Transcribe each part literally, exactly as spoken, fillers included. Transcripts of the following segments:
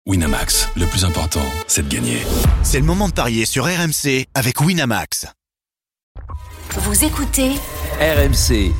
Winamax, le plus important, c'est de gagner. C'est le moment de parier sur R M C avec Winamax. Vous écoutez R M C.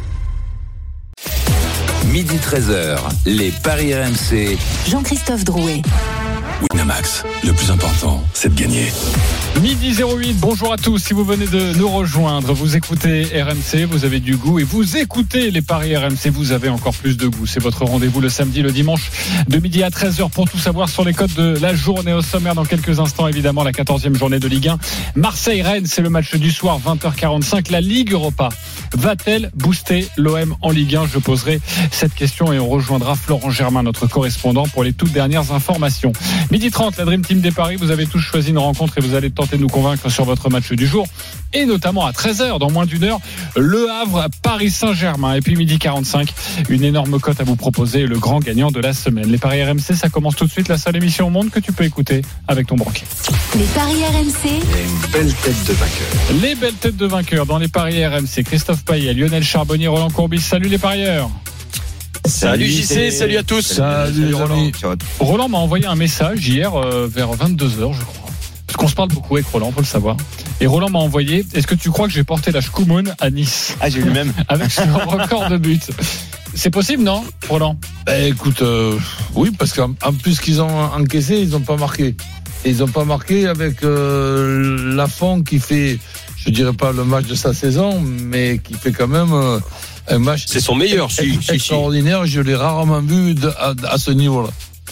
Midi treize heures, les paris R M C. Jean-Christophe Drouet. Winamax, le plus important, c'est de gagner. Midi zéro huit, bonjour à tous. Si vous venez de nous rejoindre, vous écoutez R M C, vous avez du goût et vous écoutez les paris R M C, vous avez encore plus de goût. C'est votre rendez-vous le samedi, le dimanche, de midi à treize heures pour tout savoir sur les codes de la journée. Au sommaire, dans quelques instants, évidemment, la quatorzième journée de Ligue un. Marseille-Rennes, c'est le match du soir, vingt heures quarante-cinq. La Ligue Europa va-t-elle booster l'O M en Ligue un? Je poserai cette question et on rejoindra Florent Germain, notre correspondant, pour les toutes dernières informations. Midi trente, la Dream Team des paris, vous avez tous choisi une rencontre et vous allez tenter de nous convaincre sur votre match du jour. Et notamment à treize heures, dans moins d'une heure, Le Havre, Paris Saint-Germain. Et puis midi quarante-cinq, une énorme cote à vous proposer, le grand gagnant de la semaine. Les paris R M C, ça commence tout de suite, la seule émission au monde que tu peux écouter avec ton banquier. Les paris R M C. Il y a une belle tête de vainqueur. Les belles têtes de vainqueurs dans les paris R M C. Christophe Payet, Lionel Charbonnier, Roland Courbis. Salut les parieurs. Salut J C, salut à tous. Salut, salut Roland. Roland m'a envoyé un message hier euh, vers vingt-deux heures, je crois. Parce qu'on se parle beaucoup avec Roland, faut le savoir. Et Roland m'a envoyé, est-ce que tu crois que j'ai porté la Shkoumoun à Nice? Ah, j'ai eu le même. Avec son record de buts. C'est possible, non, Roland? Ben écoute, euh, oui, parce qu'en en plus qu'ils ont encaissé, ils n'ont pas marqué. Et ils n'ont pas marqué avec euh, Lafont qui fait, je dirais pas le match de sa saison, mais qui fait quand même euh, un match. C'est son meilleur, ex- si, si, extraordinaire. Si. Je l'ai rarement vu de, à, à ce niveau-là.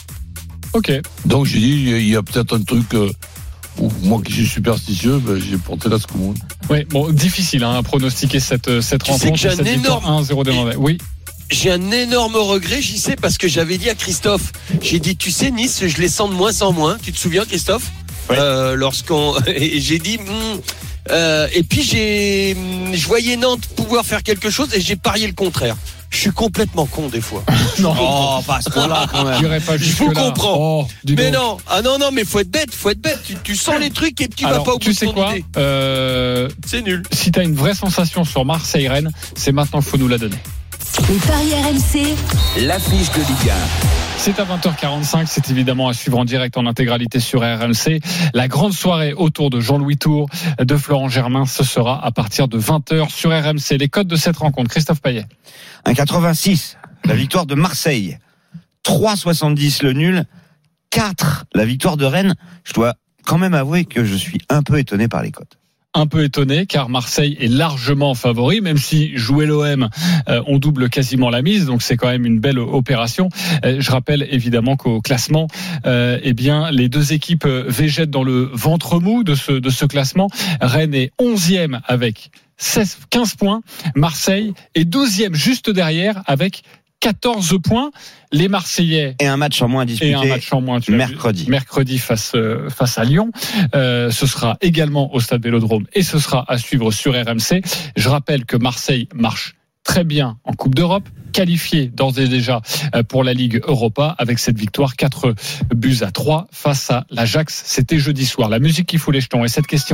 Ok. Donc j'ai dit, il y a peut-être un truc. Euh, où moi qui suis superstitieux, ben, j'ai porté la Scoumoun. Oui, bon, difficile hein, à pronostiquer cette, cette tu rencontre. Sais que j'ai cette un énorme un zéro de Vendée. Oui. J'ai un énorme regret, j'y sais, parce que j'avais dit à Christophe, j'ai dit, tu sais, Nice, je les sens de moins en moins. Tu te souviens, Christophe? Oui. euh, Lorsqu'on, et j'ai dit, hmm, euh, et puis j'ai, je voyais Nantes pouvoir faire quelque chose et j'ai parié le contraire. Je suis complètement con des fois. Non, Oh, pas à ce point-là quand même. j'irai pas Je vous jusque-là. comprends. Oh, dis Mais donc. non, ah non, non, mais faut être bête, faut être bête. Tu, tu sens les trucs et tu Alors, vas pas au tu bout sais de ton quoi idée. euh, C'est nul. Si t'as une vraie sensation sur Marseille-Rennes, c'est maintenant qu'il faut nous la donner. Les paris R M C. L'affiche de Ligue un. C'est à vingt heures quarante-cinq, c'est évidemment à suivre en direct en intégralité sur R M C. La grande soirée autour de Jean-Louis Tour, de Florent Germain, ce sera à partir de vingt heures sur R M C. Les codes de cette rencontre, Christophe Payet. un quatre-vingt-six, la victoire de Marseille. trois soixante-dix le nul. quatre la victoire de Rennes. Je dois quand même avouer que je suis un peu étonné par les cotes. Un peu étonné car Marseille est largement favori, même si jouer l'O M, euh, on double quasiment la mise, donc c'est quand même une belle opération. Euh, je rappelle évidemment qu'au classement, euh, eh bien les deux équipes végètent dans le ventre mou de ce de ce classement. Rennes est onzième avec seize, quinze points, Marseille est douzième juste derrière avec quatorze points. Les Marseillais Et un match en moins à et disputer. un match en moins tu l'as vu, mercredi. mercredi face euh, face à Lyon. Euh, ce sera également au Stade Vélodrome et ce sera à suivre sur R M C. Je rappelle que Marseille marche très bien en Coupe d'Europe, qualifié d'ores et déjà pour la Ligue Europa avec cette victoire quatre buts à trois face à l'Ajax. C'était jeudi soir. La musique qui fout les jetons et cette question.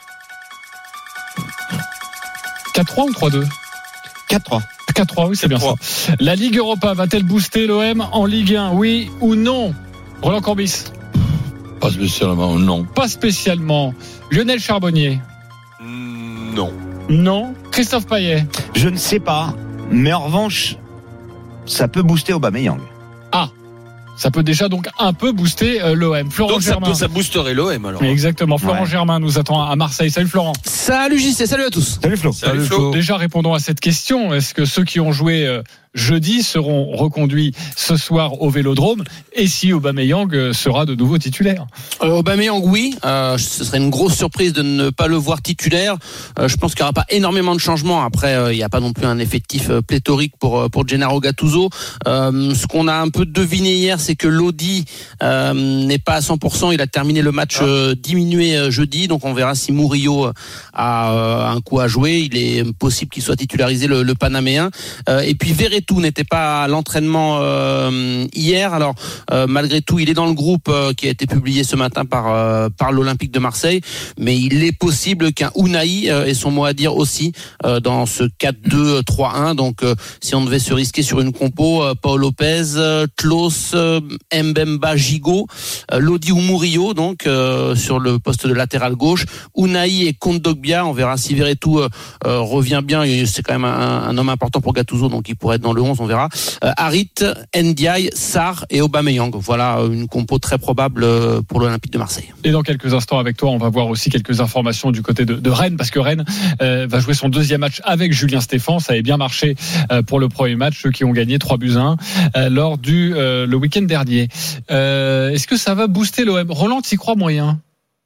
quatre trois ou trois deux? quatre trois. quatre trois, oui, c'est bien ça. La Ligue Europa va-t-elle booster l'O M en Ligue un, oui ou non? Roland Courbis? Pas spécialement, non. Pas spécialement. Lionel Charbonnier? Non. Non. Christophe Payet? Je ne sais pas, mais en revanche, ça peut booster Aubameyang. Ah, ça peut déjà donc un peu booster euh, l'O M. Florent Donc ça, Germain. peut, ça boosterait l'O M alors. Exactement. Florent Ouais. Germain nous attend à Marseille. Salut Florent. Salut J C, salut à tous. Salut Flo. Salut Flo. Déjà répondons à cette question. Est-ce que ceux qui ont joué euh, jeudi seront reconduits ce soir au Vélodrome? Et si Aubameyang euh, sera de nouveau titulaire? Euh, Aubameyang, oui. Euh, ce serait une grosse surprise de ne pas le voir titulaire. Euh, je pense qu'il n'y aura pas énormément de changements. Après, euh, il n'y a pas non plus un effectif euh, pléthorique pour pour Gennaro Gattuso. Euh, ce qu'on a un peu deviné hier, c'est que Lodi euh, n'est pas à cent pour cent. Il a terminé le match euh, diminué euh, jeudi, donc on verra si Murillo a euh, un coup à jouer. Il est possible qu'il soit titularisé le, le Panaméen. Euh, et puis Verratti tout n'était pas à l'entraînement euh, hier. Alors euh, malgré tout, il est dans le groupe euh, qui a été publié ce matin par euh, par l'Olympique de Marseille, mais il est possible qu'un Unai euh, ait son mot à dire aussi euh, dans ce quatre deux trois un. Donc euh, si on devait se risquer sur une compo, euh, Paul Lopez, euh, Tlos, euh, Mbemba, Gigot, euh, Lodi ou Murillo, donc euh, sur le poste de latéral gauche, Unai et Kondogbia. On verra si Verretou euh, euh, revient bien. C'est quand même un, un homme important pour Gattuso, donc il pourrait être dans le onze, on verra. Euh, Harit, Ndiaye, Sarr et Aubameyang. Voilà une compo très probable pour l'Olympique de Marseille. Et dans quelques instants avec toi, on va voir aussi quelques informations du côté de, de Rennes, parce que Rennes euh, va jouer son deuxième match avec Julien Stéphan. Ça avait bien marché euh, pour le premier match, ceux qui ont gagné trois buts à un euh, lors du euh, le week-end dernier. Euh, est-ce que ça va booster l'O M? Roland, t'y crois moyen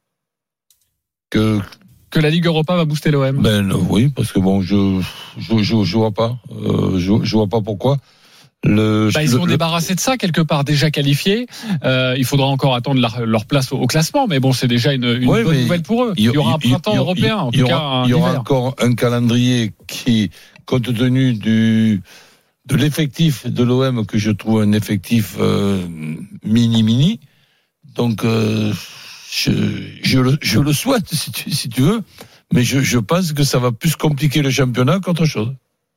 que que la Ligue Europa va booster l'O M? Ben oui, parce que bon, je je je, je vois pas, euh, je je vois pas pourquoi. Le, bah, ils le, sont le... débarrassés de ça quelque part, déjà qualifiés. Euh, il faudra encore attendre leur, leur place au, au classement, mais bon, c'est déjà une, une ouais, bonne nouvelle pour eux. Il y aura un printemps européen, en tout cas un il y aura hiver. encore un calendrier qui, compte tenu du de l'effectif de l'O M, que je trouve un effectif euh, mini mini. Donc euh, je je le je le souhaite si tu si tu veux, mais je je pense que ça va plus compliquer le championnat qu'autre chose.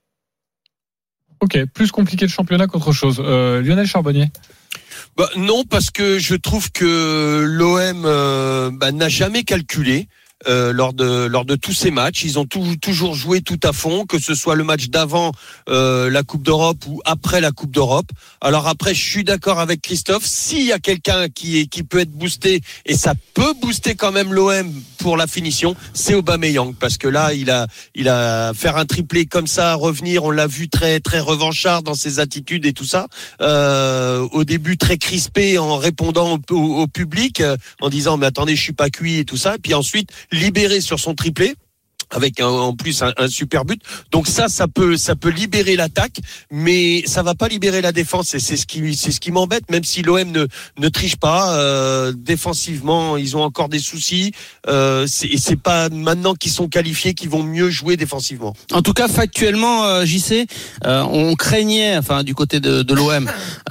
Ok, plus compliqué le championnat qu'autre chose. Euh, Lionel Charbonnier. Bah, non, parce que je trouve que l'O M euh, bah, n'a jamais calculé. Euh, lors de lors de tous ces matchs, ils ont tout, toujours joué tout à fond, que ce soit le match d'avant euh, la Coupe d'Europe ou après la Coupe d'Europe. Alors après, je suis d'accord avec Christophe. S'il y a quelqu'un qui est qui peut être boosté, et ça peut booster quand même l'O M pour la finition, c'est Aubameyang, parce que là, il a il a faire un triplé comme ça, revenir. On l'a vu très très revanchard dans ses attitudes et tout ça. Euh, au début, très crispé en répondant au, au, au public, euh, en disant mais attendez, je suis pas cuit et tout ça. Et puis ensuite libéré sur son triplé, avec un, en plus un, un super but. Donc ça, ça peut, ça peut libérer l'attaque, mais ça va pas libérer la défense. Et c'est ce qui, c'est ce qui m'embête. Même si l'O M ne ne triche pas euh, défensivement, ils ont encore des soucis. Euh, c'est, et c'est pas maintenant qu'ils sont qualifiés qu'ils vont mieux jouer défensivement. En tout cas, factuellement, euh, J C, euh, on craignait, enfin du côté de, de l'O M,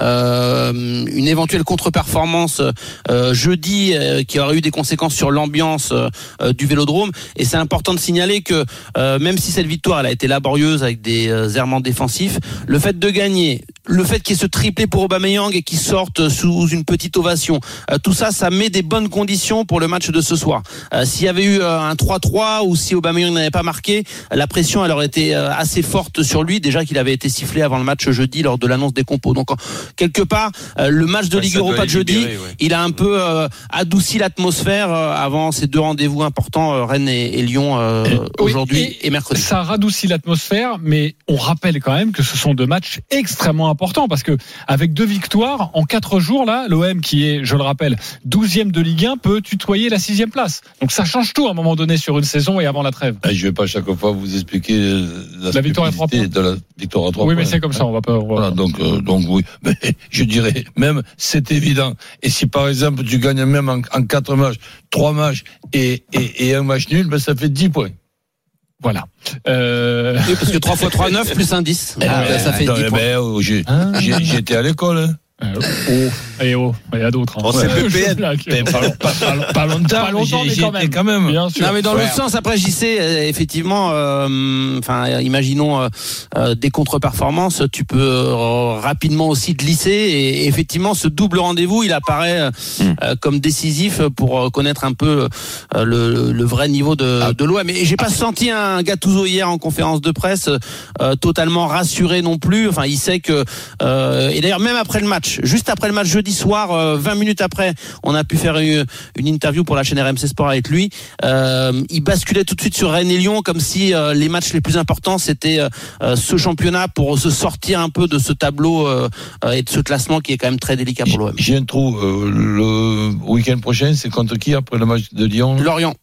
euh, une éventuelle contre-performance euh, jeudi euh, qui aurait eu des conséquences sur l'ambiance euh, du Vélodrome. Et c'est important de signaler que euh, même si cette victoire elle a été laborieuse avec des euh, errements défensifs, le fait de gagner, le fait qu'il y ait ce triplé pour Aubameyang et qu'il sorte sous une petite ovation, euh, tout ça, ça met des bonnes conditions pour le match de ce soir. Euh, s'il y avait eu euh, un trois trois ou si Aubameyang n'avait pas marqué, la pression elle aurait été euh, assez forte sur lui, déjà qu'il avait été sifflé avant le match jeudi lors de l'annonce des compos. Donc quelque part, euh, le match de ouais, Ligue Europa de jeudi, libérer, ouais. il a un peu euh, adouci l'atmosphère euh, avant ces deux rendez-vous importants, euh, Rennes et, et Lyon. Euh, aujourd'hui oui, et, et mercredi. Ça radoucit l'atmosphère, mais on rappelle quand même que ce sont deux matchs extrêmement importants, parce que avec deux victoires en quatre jours là, l'O M qui est, je le rappelle, douzième de Ligue un peut tutoyer la sixième place. Donc ça change tout à un moment donné sur une saison et avant la trêve. Je ne vais pas chaque fois vous expliquer la, la victoire à trois points. De la victoire à trois oui, points. mais c'est comme ça, on va pas. On va... Voilà, donc euh, donc oui, mais je dirais même c'est évident. Et si par exemple tu gagnes même en, en quatre matchs, trois matchs et, et, et un match nul, ben ça fait dix points. Voilà. Euh... Oui, parce que trois fois trois, neuf plus un dix. Ah, ça ouais, fait attends, dix points. Ben, oh, j'ai, ah, j'ai, j'ai été à l'école. Hein. Euh, oh, et oh, il y a d'autres. Hein. Oh, c'est P P N. Mais pas, pas, pas, pas longtemps, pas longtemps, mais, mais quand même. quand même. Bien sûr. Non, mais dans ouais. l'autre sens, après, j'y sais, euh, effectivement, euh, enfin, imaginons euh, euh, des contre-performances, tu peux euh, rapidement aussi glisser. Et effectivement, ce double rendez-vous, il apparaît euh, mm. comme décisif pour connaître un peu euh, le, le vrai niveau de, ah. de l'O M. Et j'ai pas senti un Gattuso hier en conférence de presse euh, totalement rassuré non plus. Enfin, il sait que euh, et d'ailleurs même après le match, juste après le match jeudi soir, euh, vingt minutes après, on a pu faire une, une interview pour la chaîne R M C Sport avec lui. Euh, il basculait tout de suite sur Rennes et Lyon, comme si euh, les matchs les plus importants c'était euh, ce championnat pour se sortir un peu de ce tableau euh, et de ce classement qui est quand même très délicat pour l'O M. J'ai un trou. Euh, le week-end prochain, c'est contre qui après le match de Lyon? Lorient.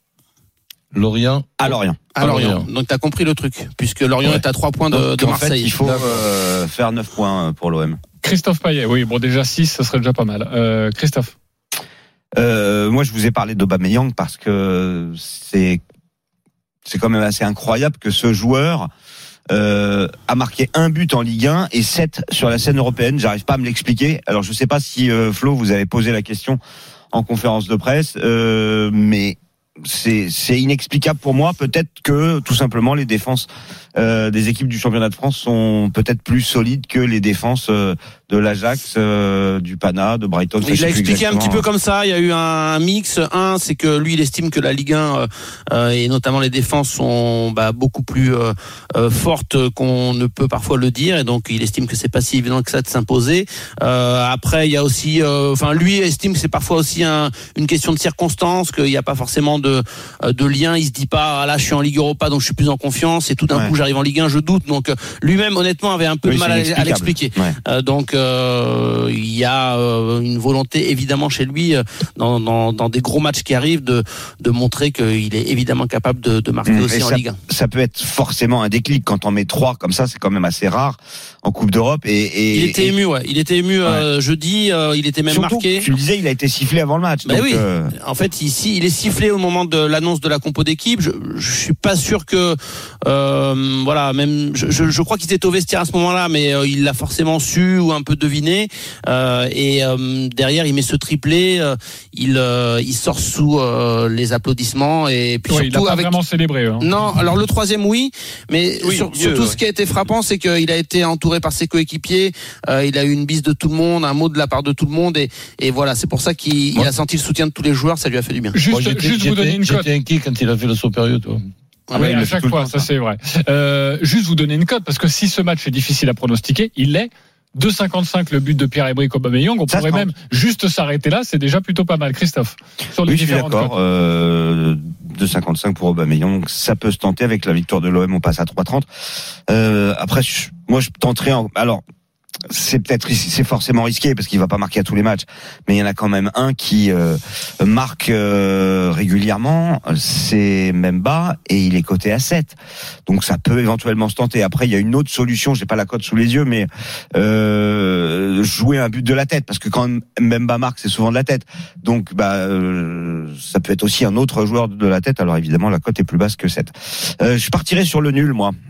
Lorient. À Lorient. À Lorient. Lorient. Donc t'as compris le truc, puisque Lorient ouais. est à trois points de, Donc, de en Marseille. Fait, il faut euh, faire neuf points pour l'O M. Christophe Payet, oui, bon déjà six, ça serait déjà pas mal. Euh, Christophe. Euh, moi, je vous ai parlé d'Aubameyang parce que c'est c'est quand même assez incroyable que ce joueur euh, a marqué un but en Ligue un et sept sur la scène européenne. J'arrive pas à me l'expliquer. Alors je sais pas si euh, Flo, vous avez posé la question en conférence de presse, euh, mais c'est, c'est inexplicable pour moi. Peut-être que tout simplement les défenses euh, des équipes du championnat de France sont peut-être plus solides que les défenses euh, de l'Ajax, euh, du Pana, de Brighton. Il l'a expliqué un petit peu comme ça. Il y a eu un mix. Un, c'est que lui, il estime que la Ligue un euh, et notamment les défenses sont bah, beaucoup plus euh, euh, fortes qu'on ne peut parfois le dire, et donc il estime que c'est pas si évident que ça de s'imposer. Euh, après, il y a aussi, enfin, euh, lui estime que c'est parfois aussi un, une question de circonstance, qu'il n'y a pas forcément de de lien. Il se dit pas, ah là, je suis en Ligue Europa, donc je suis plus en confiance, et tout d'un ouais. coup, j'arrive en Ligue un, je doute. Donc lui-même, honnêtement, avait un peu oui, de mal à, à l'expliquer. Ouais. Euh, donc Euh, il y a euh, une volonté évidemment chez lui euh, dans, dans, dans des gros matchs qui arrivent de, de montrer qu'il est évidemment capable de, de marquer mmh, aussi en ça, Ligue un. Ça peut être forcément un déclic quand on met trois comme ça, c'est quand même assez rare en Coupe d'Europe. Et, et il était et, ému, ouais. Il était ému ouais. euh, jeudi. Euh, il était même surtout, marqué. Tu le disais, il a été sifflé avant le match. Bah donc oui. Euh... En fait, ici, il est sifflé au moment de l'annonce de la compo d'équipe. Je, je suis pas sûr que, euh, voilà, même, je, je, je crois qu'il était au vestiaire à ce moment-là, mais euh, il l'a forcément su ou un peu deviné. Euh, et euh, derrière, il met ce triplé. Euh, il, euh, il sort sous euh, les applaudissements et puis oui, surtout il a pas avec. Vraiment célébré. Hein. Non, alors le troisième, oui, mais oui, sur, mieux, surtout ouais. ce qui a été frappant, c'est qu'il a été entouré par ses coéquipiers. Euh, il a eu une bise de tout le monde, un mot de la part de tout le monde, et, et voilà, c'est pour ça qu'il ouais. il a senti le soutien de tous les joueurs. Ça lui a fait du bien. Juste, Moi, j'étais, juste vous donner une cote. J'étais inquiet quand il a fait le saut période, toi. Ah oui, à chaque fois, ça c'est vrai. Euh, juste vous donner une cote, parce que si ce match est difficile à pronostiquer, il l'est. deux virgule cinquante-cinq le but de Pierre-Emerick Aubameyang. On ça pourrait même juste s'arrêter là. C'est déjà plutôt pas mal, Christophe. Sur les oui, je suis d'accord. Euh, deux virgule cinquante-cinq pour Aubameyang, ça peut se tenter avec la victoire de l'O M. On passe à trois virgule trente. Euh, après, je, moi, je tenterai. En, alors. C'est peut-être c'est forcément risqué parce qu'il va pas marquer à tous les matchs, mais il y en a quand même un qui euh, marque euh, régulièrement, c'est Mbemba, et il est coté à sept. Donc ça peut éventuellement se tenter. Après il y a une autre solution, j'ai pas la cote sous les yeux, mais euh, jouer un but de la tête, parce que quand Mbemba marque, c'est souvent de la tête. Donc bah euh, ça peut être aussi un autre joueur de la tête. Alors évidemment la cote est plus basse que sept. Euh, je partirais sur le nul, moi.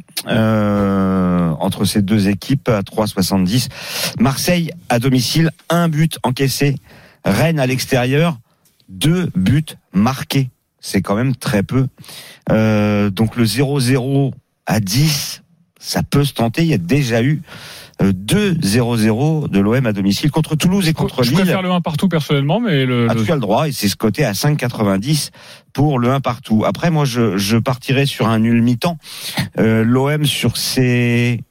Euh, entre ces deux équipes à trois virgule soixante-dix. Marseille à domicile, un but encaissé. Rennes à l'extérieur, deux buts marqués. C'est quand même très peu. Euh, donc le zéro zéro à dix, ça peut se tenter. Il y a déjà eu deux zéro zéro de l'O M à domicile contre Toulouse et contre je Lille. Je préfère le un partout personnellement, mais le... Ah, tu as le droit, et c'est ce côté à cinq virgule quatre-vingt-dix pour le un partout. Après, moi, je, je partirais sur un nul mi-temps. Euh, L'O M, sur ses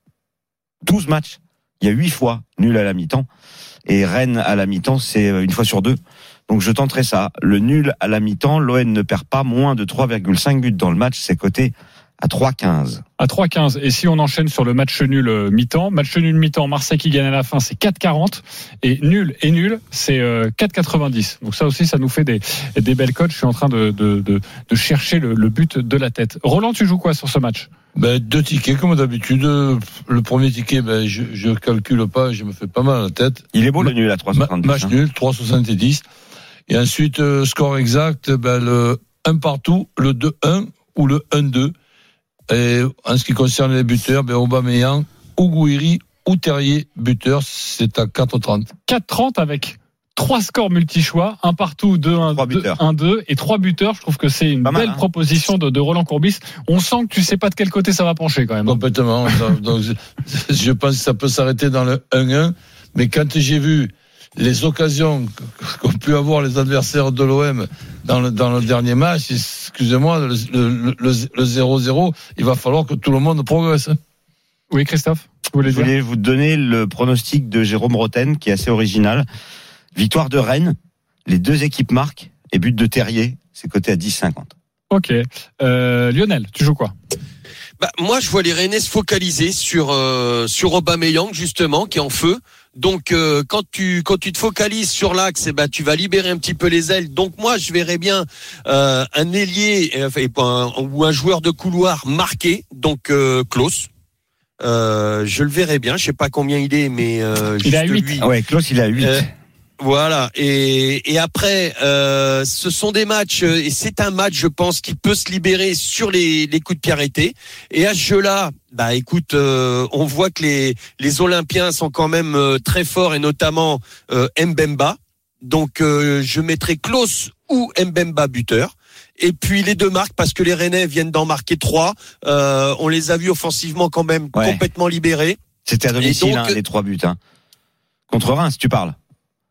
douze matchs, il y a huit fois nul à la mi-temps. Et Rennes à la mi-temps, c'est une fois sur deux. Donc je tenterai ça. Le nul à la mi-temps, l'O M ne perd pas moins de trois virgule cinq buts dans le match, c'est coté à trois virgule quinze. À trois virgule quinze. Et si on enchaîne sur le match nul euh, mi-temps, match nul mi-temps, Marseille qui gagne à la fin, c'est quatre virgule quarante. Et nul et nul, c'est euh, quatre virgule quatre-vingt-dix. Donc ça aussi, ça nous fait des, des belles cotes. Je suis en train de, de, de, de chercher le, le but de la tête. Roland, tu joues quoi sur ce match ? Ben, deux tickets, comme d'habitude. Le premier ticket, ben, je, je calcule pas, je me fais pas mal à la tête. Il est beau le nul à trois virgule soixante-dix. Match hein. nul, trois virgule soixante-dix. Et ensuite, euh, score exact, ben, le un partout, le deux un ou le un deux. Et en ce qui concerne les buteurs, ben Aubameyang, ou Gouiri, ou Terrier, buteur, c'est à quatre virgule trente. quatre virgule trente avec trois scores multi-choix, un partout, deux un, un deux et trois buteurs. Je trouve que c'est une Pas belle mal, hein. proposition de, de Roland Courbis. On sent que tu sais pas de quel côté ça va pencher quand même. Complètement. Donc, je pense que ça peut s'arrêter dans le un un. Mais quand j'ai vu les occasions qu'ont pu avoir les adversaires de l'O M dans le, dans le dernier match, excusez-moi, le, le, le, le zéro zéro, il va falloir que tout le monde progresse. Oui, Christophe, vous voulez Je voulais vous donner le pronostic de Jérôme Roten, qui est assez original. Victoire de Rennes, les deux équipes marquent, et but de Terrier, c'est coté à dix virgule cinquante. Ok. Euh, Lionel, tu joues quoi ? Bah, moi, je vois les Rennais se focaliser sur euh, sur Aubameyang, justement, qui est en feu. Donc, euh, quand tu quand tu te focalises sur l'axe, eh ben, tu vas libérer un petit peu les ailes. Donc, moi, je verrais bien euh, un ailier enfin, ou un joueur de couloir marqué, donc euh, Klose. Euh, je le verrais bien. Je sais pas combien il est, mais euh, il est à huit. Lui, ah ouais, Klose, il est à huit. Euh, Voilà. Et, et après, euh, ce sont des matchs, et c'est un match, je pense, qui peut se libérer sur les, les coups de pied arrêtés. Et à ce jeu-là, bah écoute, euh, on voit que les, les Olympiens sont quand même euh, très forts, et notamment euh, Mbemba. Donc, euh, je mettrai Klose ou Mbemba buteur. Et puis les deux marques, parce que les Rennais viennent d'en marquer trois. Euh, on les a vus offensivement quand même ouais. complètement libérés. C'était à domicile, donc, hein, les trois buts. Hein. Contre Reims, tu parles.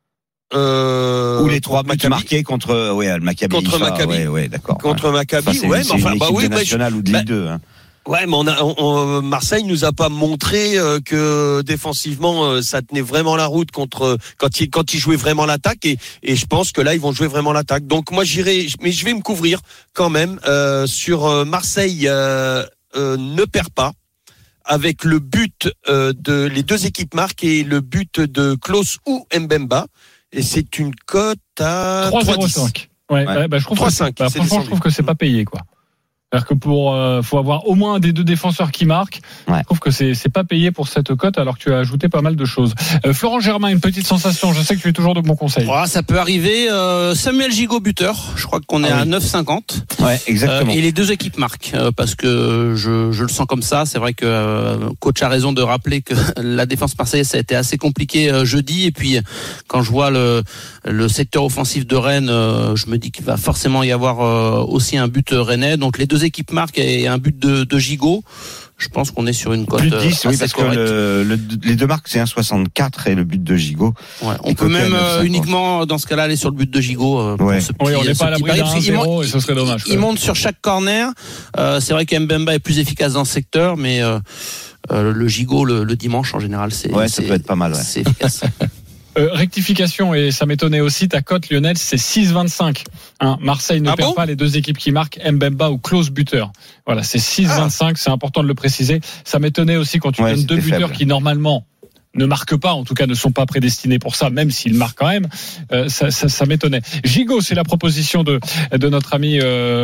Euh, Ou les trois buts Maccabi. Marqués contre ouais, le Maccabi. Contre Maccabi. Ouais, ouais, d'accord. Contre ouais. Maccabi, enfin, ouais, mais enfin, bah oui, nationale bah, ou de Ligue deux. Hein. Ouais, mais on a, on, on, Marseille nous a pas montré euh, que défensivement euh, ça tenait vraiment la route contre quand ils quand ils jouaient vraiment l'attaque et et je pense que là ils vont jouer vraiment l'attaque. Donc moi j'irai, mais je vais me couvrir quand même euh, sur euh, Marseille euh, euh, ne perd pas. Avec le but euh, de les deux équipes marquent et le but de Klose ou Mbemba. Et c'est une cote à trois zéro cinq. Ouais, ouais. Bah, je trouve trois que cinq. Bah, franchement, je trouve que c'est pas payé, quoi. C'est-à-dire que pour, euh, faut avoir au moins un des deux défenseurs qui marquent. Ouais. Je trouve que c'est, c'est pas payé pour cette cote, alors que tu as ajouté pas mal de choses. Euh, Florent Germain, une petite sensation. Je sais que tu es toujours de bons conseils. Oh, ça peut arriver. Euh, Samuel Gigot buteur. Je crois qu'on est ah, à oui. neuf cinquante. Ouais, exactement. Euh, et les deux équipes marquent, euh, parce que je, je le sens comme ça. C'est vrai que euh, coach a raison de rappeler que la défense marseillaise ça a été assez compliqué euh, jeudi. Et puis quand je vois le, le secteur offensif de Rennes, euh, je me dis qu'il va forcément y avoir euh, aussi un but rennais. Donc les deux équipes marquent et un but de, de Gigot. Je pense qu'on est sur une cote plus de dix, euh, oui, parce correcte. Que le, le, les deux marques c'est un soixante-quatre et le but de Gigot. Ouais, on peut même euh, uniquement dans ce cas-là aller sur le but de Gigot. Euh, ouais. Petit, oui, on n'est pas à l'abri d'un zéro et ce serait dommage. Il, il monte sur chaque corner. Euh, c'est vrai qu'Mbemba est plus efficace dans ce secteur, mais euh, euh, le Gigot le, le dimanche en général c'est ouais, c'est, ça peut être pas mal. Ouais. C'est efficace. Euh, rectification, et ça m'étonnait aussi, ta cote Lionel c'est six vingt-cinq. Hein, Marseille ne ah perd bon pas les deux équipes qui marquent, Mbemba ou Klose buteur. Voilà, c'est six vingt-cinq, ah. C'est important de le préciser. Ça m'étonnait aussi quand tu ouais, donnes deux buteurs faible. Qui normalement ne marquent pas, en tout cas ne sont pas prédestinés pour ça, même s'ils marquent quand même, euh, ça, ça, ça m'étonnait. Gigot, c'est la proposition de de notre ami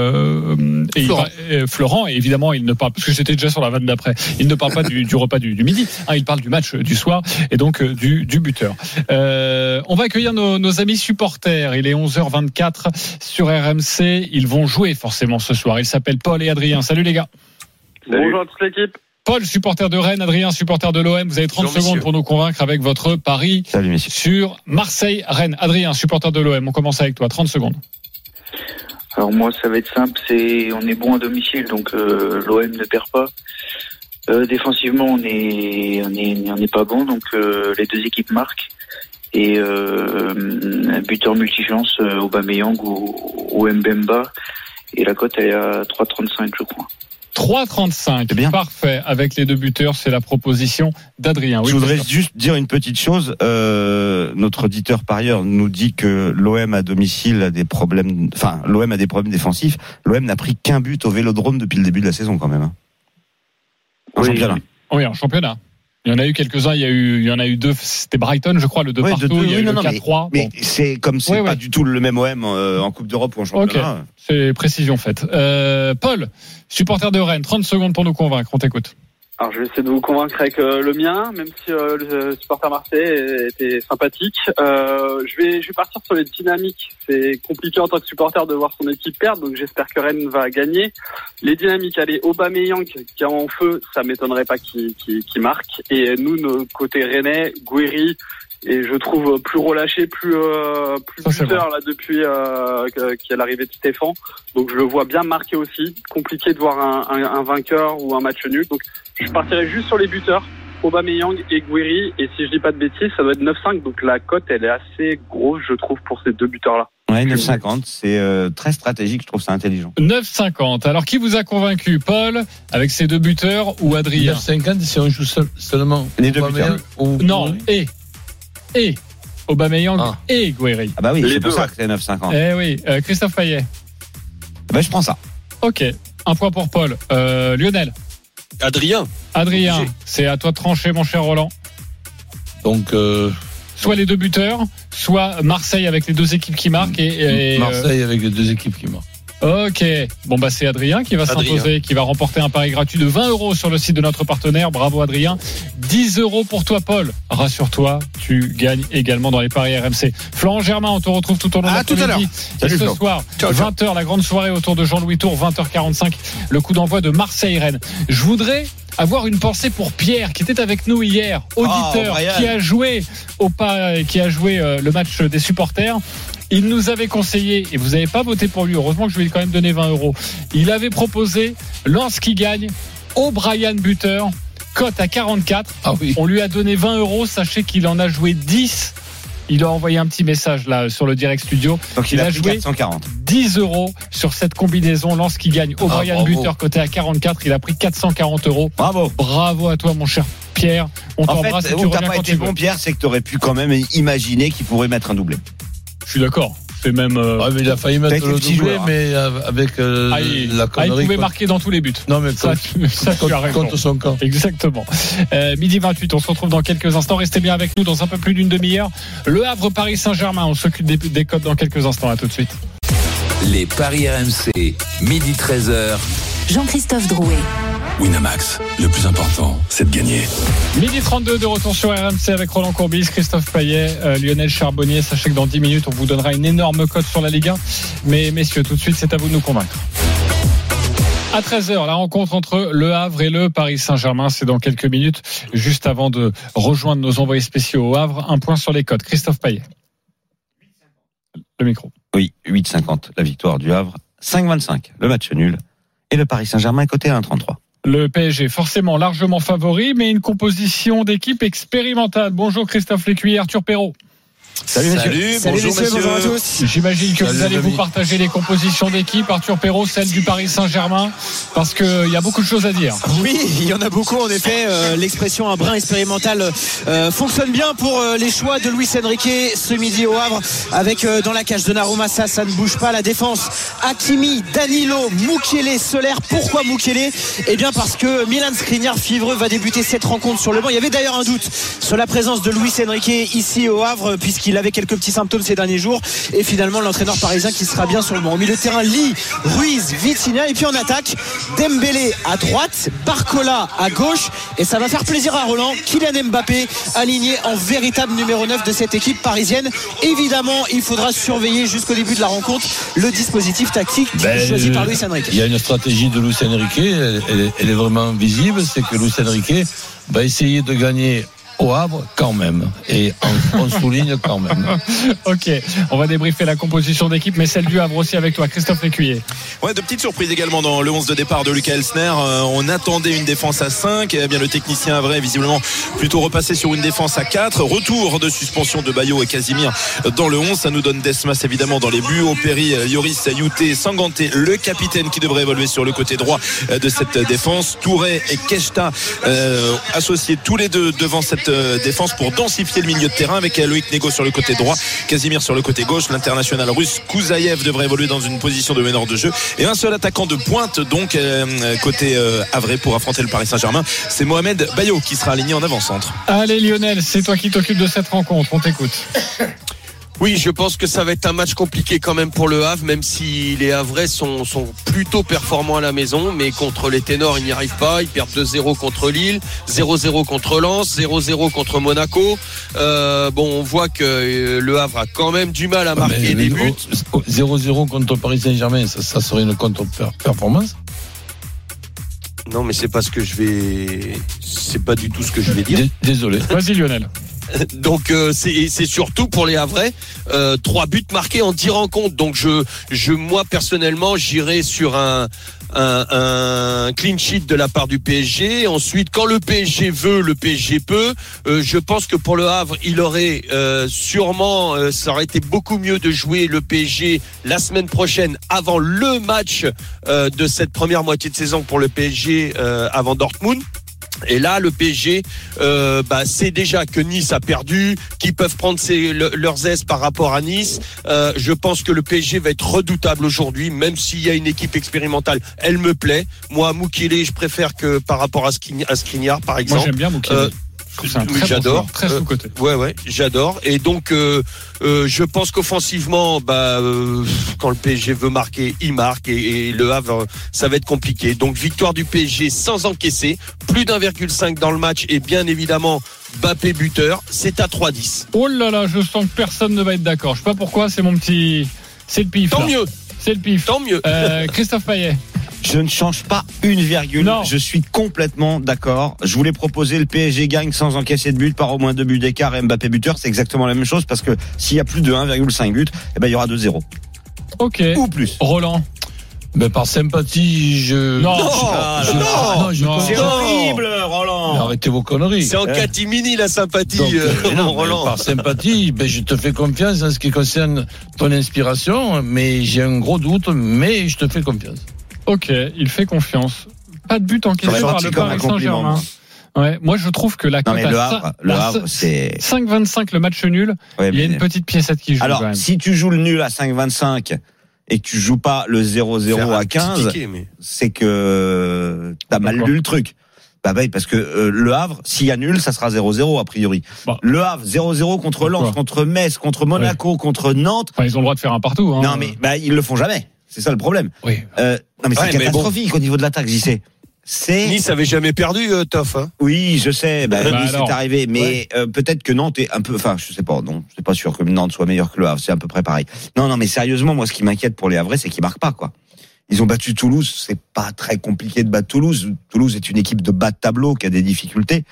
euh, et Florent. Il, euh, Florent, et évidemment il ne parle, parce que j'étais déjà sur la vanne d'après, il ne parle pas du, du repas du, du midi, hein, il parle du match du soir et donc euh, du, du buteur. Euh, on va accueillir nos, nos amis supporters, il est onze heures vingt-quatre sur R M C, ils vont jouer forcément ce soir, ils s'appellent Paul et Adrien. Salut les gars. Salut. Bonjour à toute l'équipe. Paul, supporter de Rennes, Adrien, supporter de l'O M. Vous avez trente Bonjour, secondes messieurs. Pour nous convaincre avec votre pari Salut, sur Marseille-Rennes. Adrien, supporter de l'O M, on commence avec toi. trente secondes. Alors moi, ça va être simple. C'est, on est bon à domicile, donc euh, l'O M ne perd pas. Euh, défensivement, on est, on est, on n'est pas bon, donc euh, les deux équipes marquent. Et euh, un buteur multichance, euh, Aubameyang ou, ou Mbemba. Et la cote, elle est à trois trente-cinq, je crois. trois trente-cinq, c'est bien. Parfait. Avec les deux buteurs, c'est la proposition d'Adrien. Oui, je voudrais juste dire une petite chose. Euh, notre auditeur parieur nous dit que l'O M à domicile a des problèmes. Enfin, l'O M a des problèmes défensifs. L'O M n'a pris qu'un but au Vélodrome depuis le début de la saison, quand même. Hein. En oui, championnat. Oui, en championnat. Il y en a eu quelques-uns. Il y a eu, il y en a eu deux. C'était Brighton, je crois, le deux ouais, partout. De deux, il y a oui, eu non, le quatre trois. Mais, bon. mais c'est comme c'est oui, pas oui. du tout le même O M euh, en Coupe d'Europe ou en championnat. Okay. C'est précision faite. Euh, Paul, supporter de Rennes, trente secondes pour nous convaincre. On t'écoute. Alors je vais essayer de vous convaincre avec euh, le mien, même si euh, le supporter marseillais était sympathique. Euh, je vais je vais partir sur les dynamiques. C'est compliqué en tant que supporter de voir son équipe perdre, donc j'espère que Rennes va gagner. Les dynamiques, allez, Aubameyang qui est en feu, ça m'étonnerait pas qu'il, qu'il, qu'il marque. Et nous, nos côtés rennais, Gouiri, et je trouve plus relâché, plus euh, plus buteur là depuis euh, qu'il y a l'arrivée de Stéphane. Donc je le vois bien marqué aussi. Compliqué de voir un, un, un vainqueur ou un match nul. Donc je partirai juste sur les buteurs, Aubameyang et Gouiri. Et si je dis pas de bêtises, ça doit être neuf cinq. Donc la cote, elle est assez grosse, je trouve, pour ces deux buteurs-là. Ouais, neuf cinquante, c'est euh, très stratégique, je trouve ça intelligent. neuf cinquante. Alors qui vous a convaincu, Paul, avec ces deux buteurs ou Adrien? neuf cinquante, si on joue seul, seulement les deux buteurs. Ou... Non, et et Aubameyang ah. et Gouiri. Ah bah oui, les c'est deux, pour ça que c'est neuf cinquante. Eh oui, euh, Christophe Payet. Bah je prends ça. Ok, un point pour Paul. Euh, Lionel. Adrien. Adrien, obligé. C'est à toi de trancher, mon cher Roland. Donc, euh... soit les deux buteurs, soit Marseille avec les deux équipes qui marquent. Et, et Marseille euh... avec les deux équipes qui marquent. Ok, bon bah c'est Adrien qui va Adrien. s'imposer, qui va remporter un pari gratuit de vingt euros sur le site de notre partenaire. Bravo Adrien. dix euros pour toi Paul. Rassure-toi, tu gagnes également dans les paris R M C. Florent Germain, on te retrouve tout au long de À tout à l'après-midi. Et Salut, ce Flo. soir, Ciao, ciao. vingt heures, la grande soirée autour de Jean-Louis Tour, vingt heures quarante-cinq, le coup d'envoi de Marseille-Rennes. Je voudrais avoir une pensée pour Pierre qui était avec nous hier, auditeur, Oh, Brian. qui a joué au pas, qui a joué euh, le match des supporters. Il nous avait conseillé, et vous n'avez pas voté pour lui, heureusement que je lui ai quand même donné vingt euros. Il avait proposé Lens qui gagne, O'Brien buteur, cote à quarante-quatre. Ah oui. On lui a donné vingt euros, sachez qu'il en a joué dix. Il a envoyé un petit message là sur le Direct Studio. Donc il, Il a, a pris joué quatre cent quarante. dix euros sur cette combinaison Lens qui gagne, O'Brien bravo. buteur coté à quarante-quatre. Il a pris quatre cent quarante euros. Bravo. Bravo à toi mon cher Pierre. On En t'embrasse fait, et tu où t'as reviens pas quand été tu bon, veux. Pierre, c'est que t'aurais pu quand même imaginer qu'il pourrait mettre un doublé. Je suis d'accord. C'est même. euh, Ouais, mais il a failli mettre été le petit doublé, joueur, hein. mais euh, avec euh, ah, il, la ah, il connerie. pouvait contre- marquer dans tous les buts. Non, mais Ça, contre, tu, ça, tu as contre, raison. contre son camp. Exactement. Euh, midi vingt-huit, on se retrouve dans quelques instants. Restez bien avec nous dans un peu plus d'une demi-heure. Le Havre Paris Saint-Germain. On s'occupe des, des codes dans quelques instants. À tout de suite. Les paris R M C, midi treize heures. Jean-Christophe Drouet. Winamax, le plus important, c'est de gagner. Midi trente-deux de retour sur R M C avec Roland Courbis, Christophe Payet, euh, Lionel Charbonnier. Sachez que dans dix minutes, on vous donnera une énorme cote sur la Ligue un. Mais messieurs, tout de suite, c'est à vous de nous convaincre. À treize heures, la rencontre entre Le Havre et le Paris Saint-Germain, c'est dans quelques minutes. Juste avant de rejoindre nos envoyés spéciaux au Havre, un point sur les cotes. Christophe Payet. Le micro. Oui, huit cinquante la victoire du Havre, cinq vingt-cinq le match nul. Et le Paris Saint-Germain côté à un trente-trois. Le P S G, forcément largement favori, mais une composition d'équipe expérimentale. Bonjour Christophe Lécuyer, Arthur Perrault. Salut, messieurs. Salut, bonjour messieurs. Bonjour à tous. J'imagine que Salut, vous allez Rémi. vous partager les compositions d'équipe. Arthur Perrault, celle du Paris Saint-Germain, parce qu'il y a beaucoup de choses à dire. Oui, il y en a beaucoup en effet. Euh, l'expression un brin expérimental euh, fonctionne bien pour euh, les choix de Luis Enrique ce midi au Havre, avec euh, dans la cage Donnarumma, ça, ça ne bouge pas. La défense, Hakimi, Danilo, Mukiele, Soler. Pourquoi Mukiele ? Eh bien parce que Milan Skriniar, fiévreux, va débuter cette rencontre sur le banc. Il y avait d'ailleurs un doute sur la présence de Luis Enrique ici au Havre, puisqu'il avait quelques petits symptômes ces derniers jours. Et finalement, l'entraîneur parisien qui sera bien sur le banc. Au milieu de terrain, Lee, Ruiz, Vitinha. Et puis en attaque, Dembélé à droite, Barcola à gauche. Et ça va faire plaisir à Roland. Kylian Mbappé aligné en véritable numéro neuf de cette équipe parisienne. Évidemment, il faudra surveiller jusqu'au début de la rencontre le dispositif tactique Ben, choisi par Luis Enrique. Il y a une stratégie de Luis Enrique, elle, elle- elle est vraiment visible, c'est que Luis Enrique va essayer de gagner au Havre quand même. Et on, on souligne quand même. Ok, on va débriefer la composition d'équipe, mais celle du Havre aussi avec toi, Christophe Lécuyer. Ouais, de petites surprises également dans le onze de départ de Lucas Elsner. Euh, on attendait une défense à cinq. Eh bien, le technicien Havrais, visiblement, plutôt repassé sur une défense à quatre. Retour de suspension de Bayo et Casimir dans le onze. Ça nous donne Desmas, évidemment, dans les buts. Opéry, Lloris, Ayouté, Sanganté, le capitaine qui devrait évoluer sur le côté droit de cette défense. Touré et Keshta euh, associés tous les deux devant cette défense pour densifier le milieu de terrain avec Loïc Nego sur le côté droit, Casimir sur le côté gauche. L'international russe Kouzaïev devrait évoluer dans une position de meneur de jeu et un seul attaquant de pointe donc euh, côté euh, Havrais pour affronter le Paris Saint-Germain. C'est Mohamed Bayo qui sera aligné en avant-centre. Allez Lionel, c'est toi qui t'occupes de cette rencontre, on t'écoute. Oui, je pense que ça va être un match compliqué quand même pour le Havre, même si les Havrais sont, sont plutôt performants à la maison, mais contre les ténors, ils n'y arrivent pas. Ils perdent deux zéro contre Lille, zéro zéro contre Lens, zéro zéro contre Monaco. Euh, bon, on voit que le Havre a quand même du mal à marquer Mais, des mais, buts. oh, zéro zéro contre Paris Saint-Germain, ça, ça serait une contre-performance? Non, mais c'est pas ce que je vais. C'est pas du tout ce que je vais dire. Désolé. Vas-y Lionel. Donc euh, c'est, c'est surtout pour les Havrais euh, trois buts marqués en dix rencontres. Donc je, je moi personnellement j'irai sur un, un, un clean sheet de la part du P S G. Ensuite, quand le P S G veut, le P S G peut. Euh, je pense que pour le Havre, il aurait euh, sûrement, euh, ça aurait été beaucoup mieux de jouer le P S G la semaine prochaine avant le match euh, de cette première moitié de saison pour le P S G euh, avant Dortmund. Et là, le P S G, euh, bah, c'est déjà que Nice a perdu, qu'ils peuvent prendre ses, le, leurs aises par rapport à Nice. Euh, je pense que le P S G va être redoutable aujourd'hui, même s'il y a une équipe expérimentale. Elle me plaît. Moi, Mukiele, je préfère que par rapport à Skriniar, par exemple. Moi, j'aime bien Mukiele. Euh, Je trouve que c'est un très bon j'adore. joueur, très sous-côté. Euh, ouais, ouais, j'adore. Et donc, euh, euh, je pense qu'offensivement, bah, euh, quand le P S G veut marquer, il marque. Et, et le Havre, ça va être compliqué. Donc, victoire du P S G sans encaisser. Plus d'un virgule cinq dans le match. Et bien évidemment, Mbappé buteur. C'est à trois dix. Oh là là, je sens que personne ne va être d'accord. Je sais pas pourquoi, c'est mon petit... C'est le pif. Tant là. mieux. C'est le pif. Tant mieux. Euh, Christophe Payet. Je ne change pas une virgule. Non. Je suis complètement d'accord. Je voulais proposer le P S G gagne sans encaisser de but par au moins deux buts d'écart et Mbappé buteur. C'est exactement la même chose parce que s'il y a plus de un virgule cinq buts, eh ben, il y aura deux zéro. Ok. Ou plus. Roland. Mais par sympathie, je. Non, je, Ah, je- non, ah, non, je non. C'est comprends. horrible, Mais Roland. arrêtez vos conneries. C'est en Euh. catimini, la sympathie, Donc, euh, euh, non, mais Roland. par sympathie, ben, je te fais confiance en ce qui concerne ton inspiration, mais j'ai un gros doute, mais je te fais confiance. Ok, il fait confiance. Pas de but encaissé J'aurais par senti le comme un Paris compliment, Saint-Germain. Ouais, moi je trouve que la Non cote mais à le cin- Havre, le à Havre, c'est. cinq vingt-cinq le match nul, Ouais, il y a mais- une petite piécette qui joue quand Alors, même. si tu joues le nul à cinq vingt-cinq et que tu joues pas le zéro zéro Faire un à petit quinze, ticket, mais- c'est que t'as mal Pourquoi lu le truc. Bah oui, parce que euh, le Havre, s'il y a nul, ça sera zéro zéro a priori. Bah. Le Havre, zéro zéro contre Lens, Pourquoi contre Metz, contre Monaco, contre Nantes. Enfin, ils ont le droit de faire un partout. Hein. Non mais bah, ils le font jamais. C'est ça le problème. Oui. Euh, non mais c'est Ouais, mais catastrophique au niveau de l'attaque, j'y sais. C'est Nice avait jamais perdu, euh, Toff. Hein. oui, je sais, bah, Bah oui, c'est alors. arrivé, mais Ouais. euh, peut-être que Nantes est un peu, enfin, je sais pas, non, je suis pas sûr que Nantes soit meilleur que le Havre, c'est à peu près pareil. Non, non, mais sérieusement, moi, ce qui m'inquiète pour les Havrais, c'est qu'ils marquent pas, quoi. Ils ont battu Toulouse, c'est pas très compliqué de battre Toulouse. Toulouse est une équipe de bas de tableau qui a des difficultés,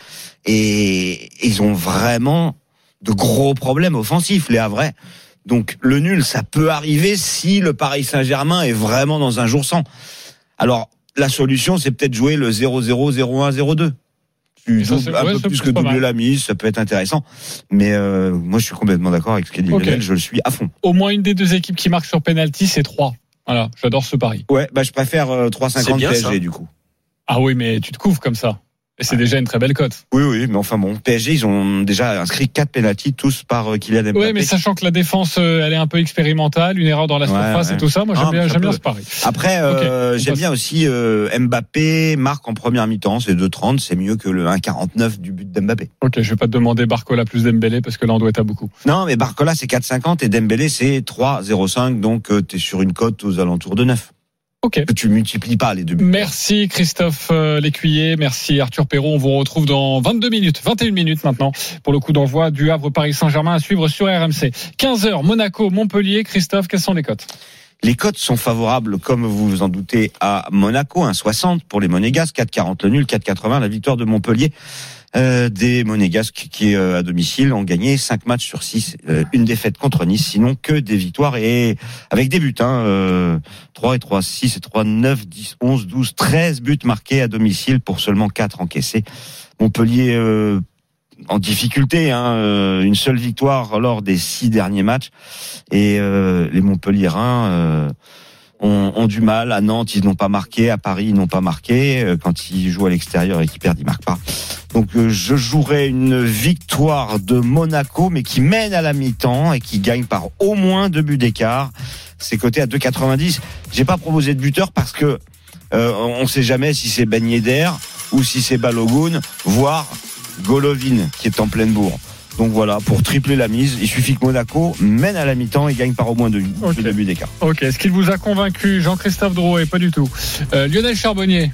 et ils ont vraiment de gros problèmes offensifs, les Havrais. Donc le nul, ça peut arriver si le Paris Saint-Germain est vraiment dans un jour sans. Alors la solution, c'est peut-être jouer le zéro zéro, zéro un, zéro deux. Tu Et ça, doubles c'est- un ouais, peu ça, plus c'est que pas doubler mal. la mise, ça peut être intéressant. Mais euh, moi, je suis complètement d'accord avec ce qu'a dit Ok. Lionel, je le suis à fond. Au moins une des deux équipes qui marque sur penalty, c'est trois. Voilà, j'adore ce pari. Ouais, bah je préfère euh, trois cinquante C'est bien, P S G ça. du coup. Ah oui, mais tu te couvres comme ça. Et c'est déjà une très belle cote. Oui, oui, mais enfin bon, P S G, ils ont déjà inscrit quatre pénaltys, tous par euh, Kylian Mbappé. Oui, mais sachant que la défense, euh, elle est un peu expérimentale, une erreur dans la Ouais, surface ouais. et tout ça, moi j'aime Ah, bien, mais ça j'aime bien peut. ce pari. Après, euh, Ok, on j'aime passe. bien aussi euh, Mbappé marque en première mi-temps, c'est deux trente, c'est mieux que le un quarante-neuf du but d'Mbappé. Ok, je vais pas te demander Barcola plus Dembélé parce que là on doit être à beaucoup. Non, mais Barcola c'est quatre cinquante et Dembélé c'est trois zéro cinq, donc euh, t'es sur une cote aux alentours de neuf. Ok. Que tu multiplies pas les deux buts. Merci Christophe euh, Lécuyer, merci Arthur Perrault. On vous retrouve dans vingt-deux minutes, vingt et une minutes maintenant pour le coup d'envoi du Havre Paris Saint-Germain à suivre sur R M C. quinze heures, Monaco, Montpellier. Christophe, quelles sont les cotes? Les cotes sont favorables, comme vous vous en doutez, à Monaco, un virgule soixante pour les Monégasques, quatre virgule quarante le nul, quatre virgule quatre-vingts la victoire de Montpellier. Euh, des Monégasques qui, euh, à domicile, ont gagné cinq matchs sur six, euh, une défaite contre Nice, sinon que des victoires et avec des buts, hein, euh, trois et trois, six et trois, neuf, dix, onze, douze, treize buts marqués à domicile pour seulement quatre encaissés. Montpellier euh, en difficulté, hein, euh, une seule victoire lors des six derniers matchs et euh, les Montpelliérains euh, ont, ont du mal. À Nantes, ils n'ont pas marqué, à Paris, ils n'ont pas marqué. Euh, Quand ils jouent à l'extérieur et qu'ils perdent, ils marquent pas. Donc euh, je jouerai une victoire de Monaco, mais qui mène à la mi-temps et qui gagne par au moins deux buts d'écart. C'est coté à deux virgule quatre-vingt-dix. J'ai pas proposé de buteur parce que euh, on sait jamais si c'est Ben Yedder ou si c'est Balogun, voire Golovin qui est en pleine bourre. Donc voilà, pour tripler la mise, il suffit que Monaco mène à la mi-temps et gagne par au moins deux, Ok. deux buts d'écart. Ok, est-ce qu'il vous a convaincu, Jean-Christophe Drouet? Pas du tout. Euh, Lionel Charbonnier?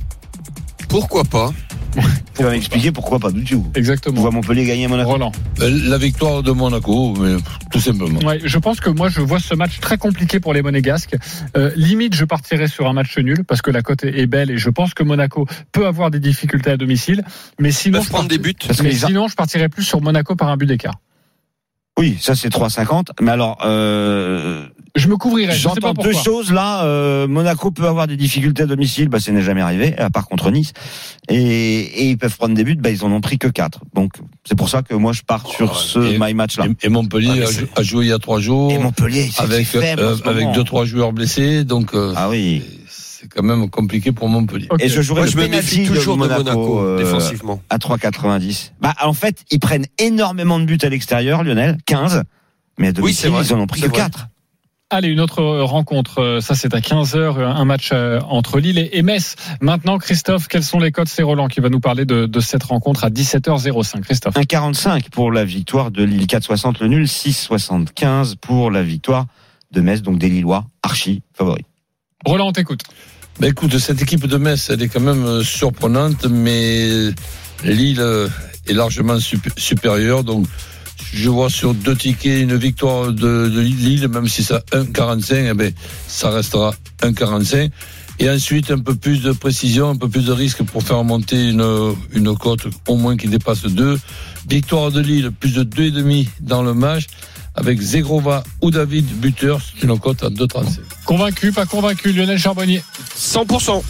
Pourquoi pas? Tu vas m'expliquer pourquoi pas du tout. Exactement. On voit Montpellier gagner à Monaco. Roland. La victoire de Monaco, mais tout simplement. Ouais, je pense que moi je vois ce match très compliqué pour les Monégasques. Euh, limite, je partirais sur un match nul parce que la cote est belle et je pense que Monaco peut avoir des difficultés à domicile. Mais sinon, Peuvent je prendre part- des buts. Parce que mais les- sinon, je partirais plus sur Monaco par un but d'écart. Oui, ça c'est trois virgule cinquante. Mais alors, euh, Je me couvrirais. Je sais pas j'entends deux pourquoi. choses là. Euh, Monaco peut avoir des difficultés à domicile, bah ça n'est jamais arrivé, à part contre Nice. Et, et ils peuvent prendre des buts, bah ils en ont pris que quatre. Donc c'est pour ça que moi je pars sur ce et- my match là. Et, et Montpellier Ah, mais a, c'est- jou- a joué il y a trois jours. Et Montpellier, c'est avec c'est faible en euh, ce avec moment. deux trois joueurs blessés, donc euh, Ah oui. c'est quand même compliqué pour Montpellier. Ok. Et je jouerai Moi, le je me penalty méfie toujours de Monaco, Monaco, euh, défensivement. à trois virgule quatre-vingt-dix. Bah en fait, ils prennent énormément de buts à l'extérieur, Lionel, quinze. Mais à Oui, c'est domicile, vrai. ils en ont pris C'est que vrai. quatre. Allez, une autre rencontre, ça c'est à quinze heures, un match entre Lille et Metz. Maintenant, Christophe, quels sont les codes? C'est Roland qui va nous parler de, de cette rencontre à dix-sept heures cinq. Christophe. un virgule quarante-cinq pour la victoire de Lille, quatre virgule soixante le nul, six virgule soixante-quinze pour la victoire de Metz, donc des Lillois archi favoris. Roland, on t'écoute. Ben écoute, cette équipe de Metz, elle est quand même surprenante, mais Lille est largement supérieure, donc je vois sur deux tickets une victoire de, de Lille, même si c'est un virgule quarante-cinq, eh ben, ça restera un virgule quarante-cinq. Et ensuite, un peu plus de précision, un peu plus de risque pour faire monter une, une cote au moins qui dépasse deux. Victoire de Lille, plus de deux virgule cinq dans le match, avec Zegrova ou David buteur, c'est une cote à deux virgule trente-cinq. Convaincu, pas convaincu, Lionel Charbonnier? cent pour cent.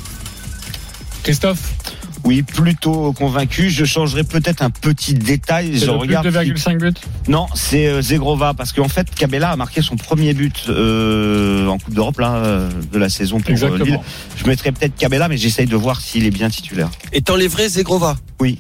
Christophe? Oui, plutôt convaincu. Je changerai peut-être un petit détail. C'est je le regarde. deux virgule cinq buts. Non, c'est euh, Zegrova, parce qu'en fait, Cabella a marqué son premier but euh, en Coupe d'Europe là euh, de la saison pour euh, Lille. Je mettrais peut-être Cabella, mais j'essaye de voir s'il est bien titulaire. Et t'enlèverais Zegrova? Oui.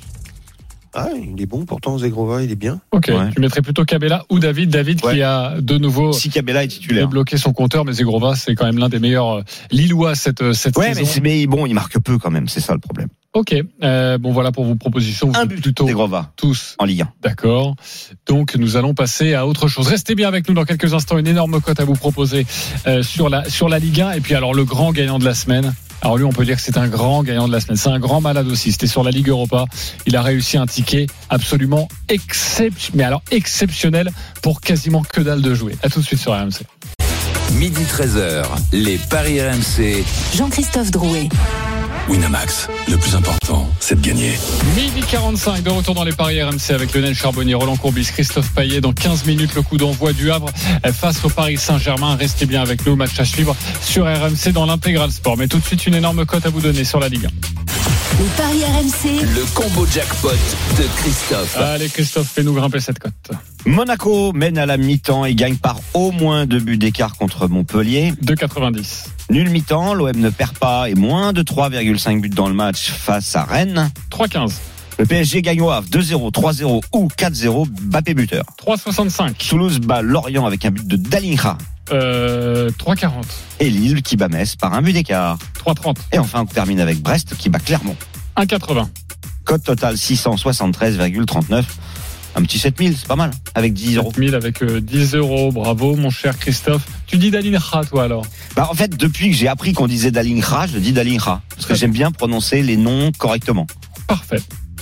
Ah, il est bon pourtant, Zegrova, il est bien. Ok, Ouais. tu mettrais plutôt Cabella ou David. David Ouais. qui a de nouveau Si Cabella est titulaire. débloqué son compteur, mais Zegrova, c'est quand même l'un des meilleurs euh, Lillois cette, cette Ouais, saison. mais, c'est- mais bon, il marque peu quand même, c'est ça le problème. Ok, euh, bon voilà pour vos propositions. Vous Un êtes but plutôt Zegrova tous en Ligue un. d'accord. Donc nous allons passer à autre chose. Restez bien avec nous dans quelques instants. Une énorme cote à vous proposer euh, sur la sur la Ligue un. Et puis alors le grand gagnant de la semaine. Alors lui, on peut dire que c'est un grand gagnant de la semaine. C'est un grand malade aussi. C'était sur la Ligue Europa. Il a réussi un ticket absolument excep- mais alors exceptionnel pour quasiment que dalle de jouer. À tout de suite sur R M C. Midi treize heures, les paris R M C. Jean-Christophe Drouet. Winamax, le plus important, c'est de gagner. Midi quarante-cinq, de retour dans les paris R M C avec Lionel Charbonnier, Roland Courbis, Christophe Payet. Dans quinze minutes, le coup d'envoi du Havre face au Paris Saint-Germain. Restez bien avec nous, match à suivre sur R M C dans l'intégral sport. Mais tout de suite, une énorme cote à vous donner sur la Ligue un. Les paris R M C. Le combo jackpot de Christophe. Allez Christophe, fais-nous grimper cette cote. Monaco mène à la mi-temps et gagne par au moins deux buts d'écart contre Montpellier. deux virgule quatre-vingt-dix. Nul mi-temps, l'O M ne perd pas et moins de trois virgule cinq buts dans le match face à Rennes. trois virgule quinze. Le P S G gagne au Havre deux zéro, trois zéro ou quatre zéro, Mbappé buteur. trois virgule soixante-cinq. Toulouse bat Lorient avec un but de Dalinga. Euh, trois virgule quarante. Et Lille qui bat Metz par un but d'écart. trois virgule trente. Et enfin, on termine avec Brest qui bat Clermont. un virgule quatre-vingts. Code total six cent soixante-treize virgule trente-neuf. Un petit sept mille, c'est pas mal, avec dix euros. sept mille avec euh, dix euros. Bravo, mon cher Christophe. Tu dis Dalinha, toi alors? Bah, en fait, depuis que j'ai appris qu'on disait Dalinga, je dis Dalinga. Parce que j'aime bien prononcer les noms correctement. Parfait.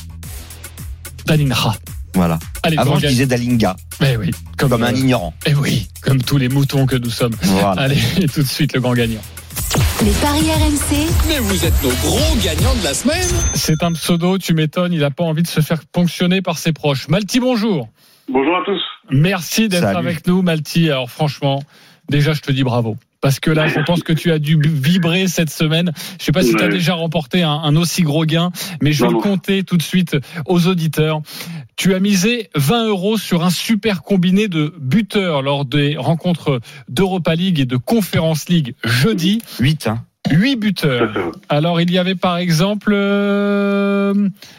Dalinha. Voilà. Allez, Avant, grand je gagne. disais Dalinga. Eh oui, comme, Comme un euh, ignorant. Eh oui, comme tous les moutons que nous sommes. Voilà. Allez, et tout de suite, le grand gagnant. Les paris R M C. Mais vous êtes nos gros gagnants de la semaine. C'est un pseudo, tu m'étonnes, il n'a pas envie de se faire ponctionner par ses proches. Malty, bonjour. Bonjour à tous. Merci d'être Salut. avec nous, Malty. Alors franchement, déjà, je te dis bravo. Parce que là, je pense que tu as dû vibrer cette semaine. Je sais pas si tu as Ouais. déjà remporté un, un aussi gros gain, mais je vais Non, le non. compter tout de suite aux auditeurs. Tu as misé vingt euros sur un super combiné de buteurs lors des rencontres d'Europa League et de Conference League jeudi. huit, hein. huit buteurs. Alors, il y avait par exemple euh,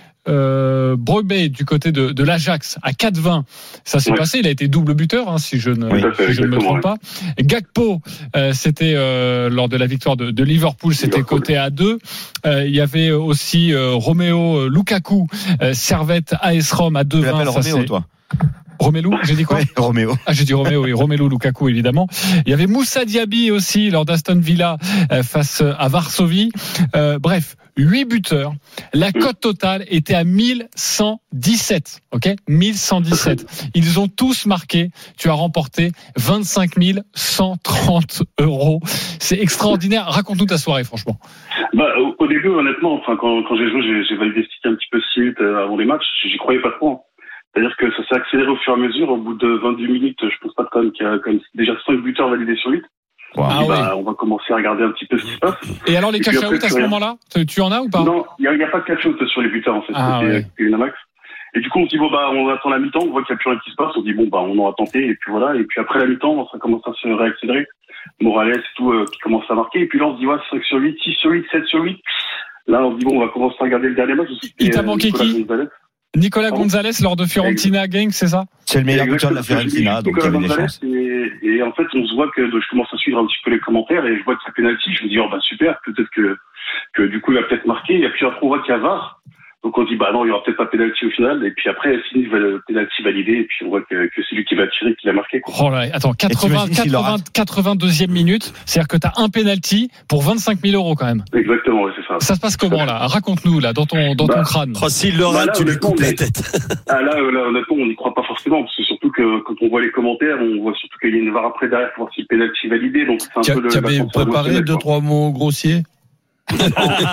euh, Brogbe du côté de, de l'Ajax à quatre vingt. Ça s'est Ouais. passé. Il a été double buteur, hein, si je ne, Oui, si je ne me exactement, trompe pas. Gakpo, euh, c'était euh, lors de la victoire de, de Liverpool, c'était Liverpool. coté à deux. Euh, il y avait aussi euh, Roméo Lukaku, euh, Servette A S Rome à Tu deux vingt. l'appelles Ça, Roméo, c'est- toi? Romelu, j'ai dit quoi? Oui, Roméo. Ah, j'ai dit Roméo, oui, Romelu Lukaku, évidemment. Il y avait Moussa Diaby aussi, lors d'Aston Villa, euh, face à Varsovie. Euh, bref, huit buteurs. La cote totale était à mille cent dix-sept, ok? mille cent dix-sept. Ils ont tous marqué. Tu as remporté vingt-cinq mille cent trente euros. C'est extraordinaire. Raconte-nous ta soirée, franchement. Bah, au, au début, honnêtement, enfin, quand, quand j'ai joué, j'ai, j'ai validé ce ticket un petit peu six minutes euh, avant les matchs. J'y croyais pas trop. Hein. C'est-à-dire que ça s'est accéléré au fur et à mesure. Au bout de vingt-deux minutes, je pense pas quand même qu'il y a quand même déjà cinq buteurs validés sur huit. Wow. Ah bah, on va commencer à regarder un petit peu ce qui se passe. Et alors, les Et puis cash après, out à tu ce regardes. moment-là? Tu, tu en as ou pas? Non, il n'y a, y a pas de catch-out sur les buteurs, en fait. Ah, c'était, ouais. c'était Winamax. Et du coup, on se dit, bon, bah, on attend la mi-temps, on voit qu'il n'y a plus rien qui se passe. On dit, bon, bah, on aura tenté. Et puis voilà. Et puis après la mi-temps, ça commence à se réaccélérer. Morales et tout, euh, qui commence à marquer. Et puis là, on se dit, ouais, cinq sur huit, six sur huit, sept sur huit. Là, on se dit, bon, on va commencer à regarder le dernier match. Il t'a manqué qui? Nicolas Gonzalez lors de Fiorentina Genk, c'est ça? C'est le meilleur buteur de la Fiorentina, donc il y avait des chances. Et, et en fait, on se voit que je commence à suivre un petit peu les commentaires et je vois que c'est penalty. Je me dis, oh bah super, peut-être que, que du coup il va peut-être marquer. Et puis après, on voit qu'il y a V A R. Donc on dit, bah non, il y aura peut-être pas penalty au final. Et puis après, Sinif va le penalty validé. Et puis on voit que, que c'est lui qui va tirer, qui l'a marqué, quoi. Oh là, attends, quatre-vingts, quatre-vingts, quatre-vingt-deuxième minute. C'est-à-dire que t'as un penalty pour vingt-cinq mille euros quand même. Exactement, ouais, c'est ça. Ça se passe comment, là? Raconte-nous, là, dans ton, dans bah, ton crâne. Oh, s'il le rate, bah tu lui coupes la tête. Ah là, là, honnêtement, on n'y croit pas forcément. Parce que surtout que quand on voit les commentaires, on voit surtout qu'il y a une V A R après derrière pour voir si le penalty est validé. Donc c'est un tu peu le. Tu avais préparé deux, trois mots grossiers? Je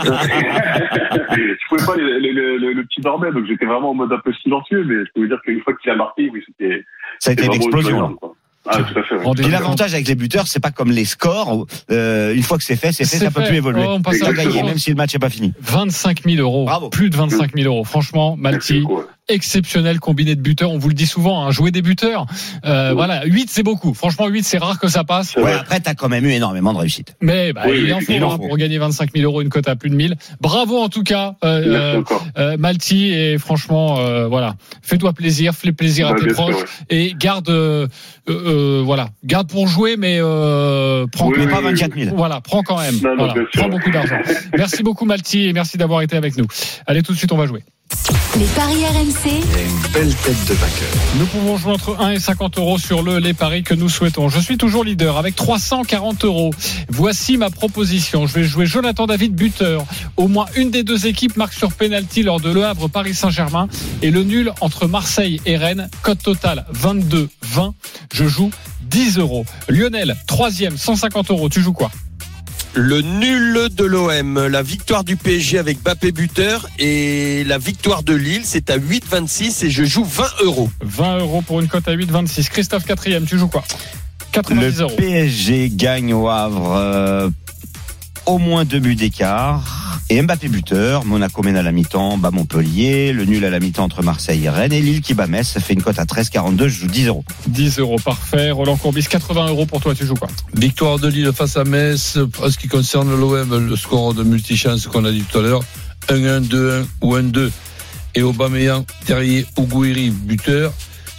pouvais pas le, le, le, le petit bordel, donc j'étais vraiment en mode un peu silencieux, mais je peux vous dire qu'une fois qu'il a marqué, oui, c'était. Ça a été une explosion. Ah, tout à fait. Ouais. Et l'avantage avec les buteurs, c'est pas comme les scores. Euh, une fois que c'est fait, c'est fait, c'est ça peut fait. plus évoluer. Oh, on passe à gagner, même si le match n'est pas fini. vingt-cinq mille euros. Bravo. Plus de vingt-cinq mille euros. Franchement, Malti. Exceptionnel combiné de buteurs, on vous le dit souvent, hein, jouer des buteurs. Euh, voilà, huit c'est beaucoup. Franchement, huit c'est rare que ça passe. Ouais, après t'as quand même eu énormément de réussite. Mais bah, oui, il en faut, il en faut. Hein, pour gagner vingt-cinq mille euros, une cote à plus de mille. Bravo en tout cas, euh, euh, Malti, et franchement, euh, voilà, fais-toi plaisir, fais plaisir à ouais, tes proches sûr, ouais. Et garde, euh, euh, voilà, garde pour jouer, mais euh, prends oui, oui, pas vingt-quatre mille. Voilà, prends quand même. Non, voilà, non, prends beaucoup d'argent. Merci beaucoup Malti et merci d'avoir été avec nous. Allez, tout de suite, on va jouer. Les paris R M C. Il y a une belle tête de vainqueur. Nous pouvons jouer entre un et cinquante euros sur le les paris que nous souhaitons. Je suis toujours leader avec trois cent quarante euros. Voici ma proposition. Je vais jouer Jonathan David buteur. Au moins une des deux équipes marque sur penalty lors de Le Havre Paris Saint-Germain et le nul entre Marseille et Rennes. Cote totale vingt-deux vingt. Je joue dix euros. Lionel, troisième, cent cinquante euros. Tu joues quoi? Le nul de l'O M, la victoire du P S G avec Mbappé buteur et la victoire de Lille, c'est à huit vingt-six et je joue vingt euros. vingt euros pour une cote à huit vingt-six. Christophe, quatrième, tu joues quoi? quatre-vingt-dix euros. Le P S G gagne au Havre euh, au moins deux buts d'écart. Et Mbappé buteur, Monaco mène à la mi-temps, bat Montpellier, le nul à la mi-temps entre Marseille et Rennes, et Lille qui bat Metz, ça fait une cote à treize quarante-deux, je joue dix euros. dix euros, parfait. Roland Courbis, quatre-vingts euros pour toi, tu joues quoi? Victoire de Lille face à Metz. En ce qui concerne l'O M, le score de multichance qu'on a dit tout à l'heure, un un, deux un ou un deux. Et Aubameyang, Terrier ou Gouiri buteur.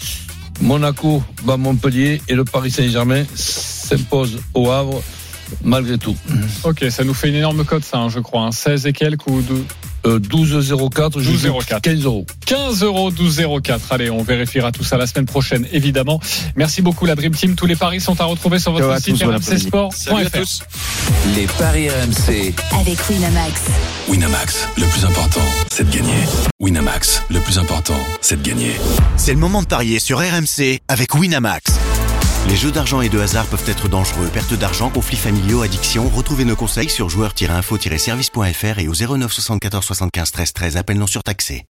Monaco bat Montpellier et le Paris Saint-Germain s'impose au Havre malgré tout. Ok, ça nous fait une énorme cote, ça, hein, je crois. Hein. seize et quelques ou deux euh, douze zéro quatre, douze zéro quatre. quinze euros. quinze euros, douze zéro quatre. Allez, on vérifiera tout ça la semaine prochaine, évidemment. Merci beaucoup, la Dream Team. Tous les paris sont à retrouver sur votre site r m c sport point f r. Les paris R M C avec Winamax. Winamax, le plus important, c'est de gagner. Winamax, le plus important, c'est de gagner. C'est le moment de parier sur R M C avec Winamax. Les jeux d'argent et de hasard peuvent être dangereux. Perte d'argent, conflits familiaux, addiction. Retrouvez nos conseils sur joueurs tiret info tiret service point f r et au zéro neuf soixante-quatorze soixante-quinze treize treize. Appel non surtaxé.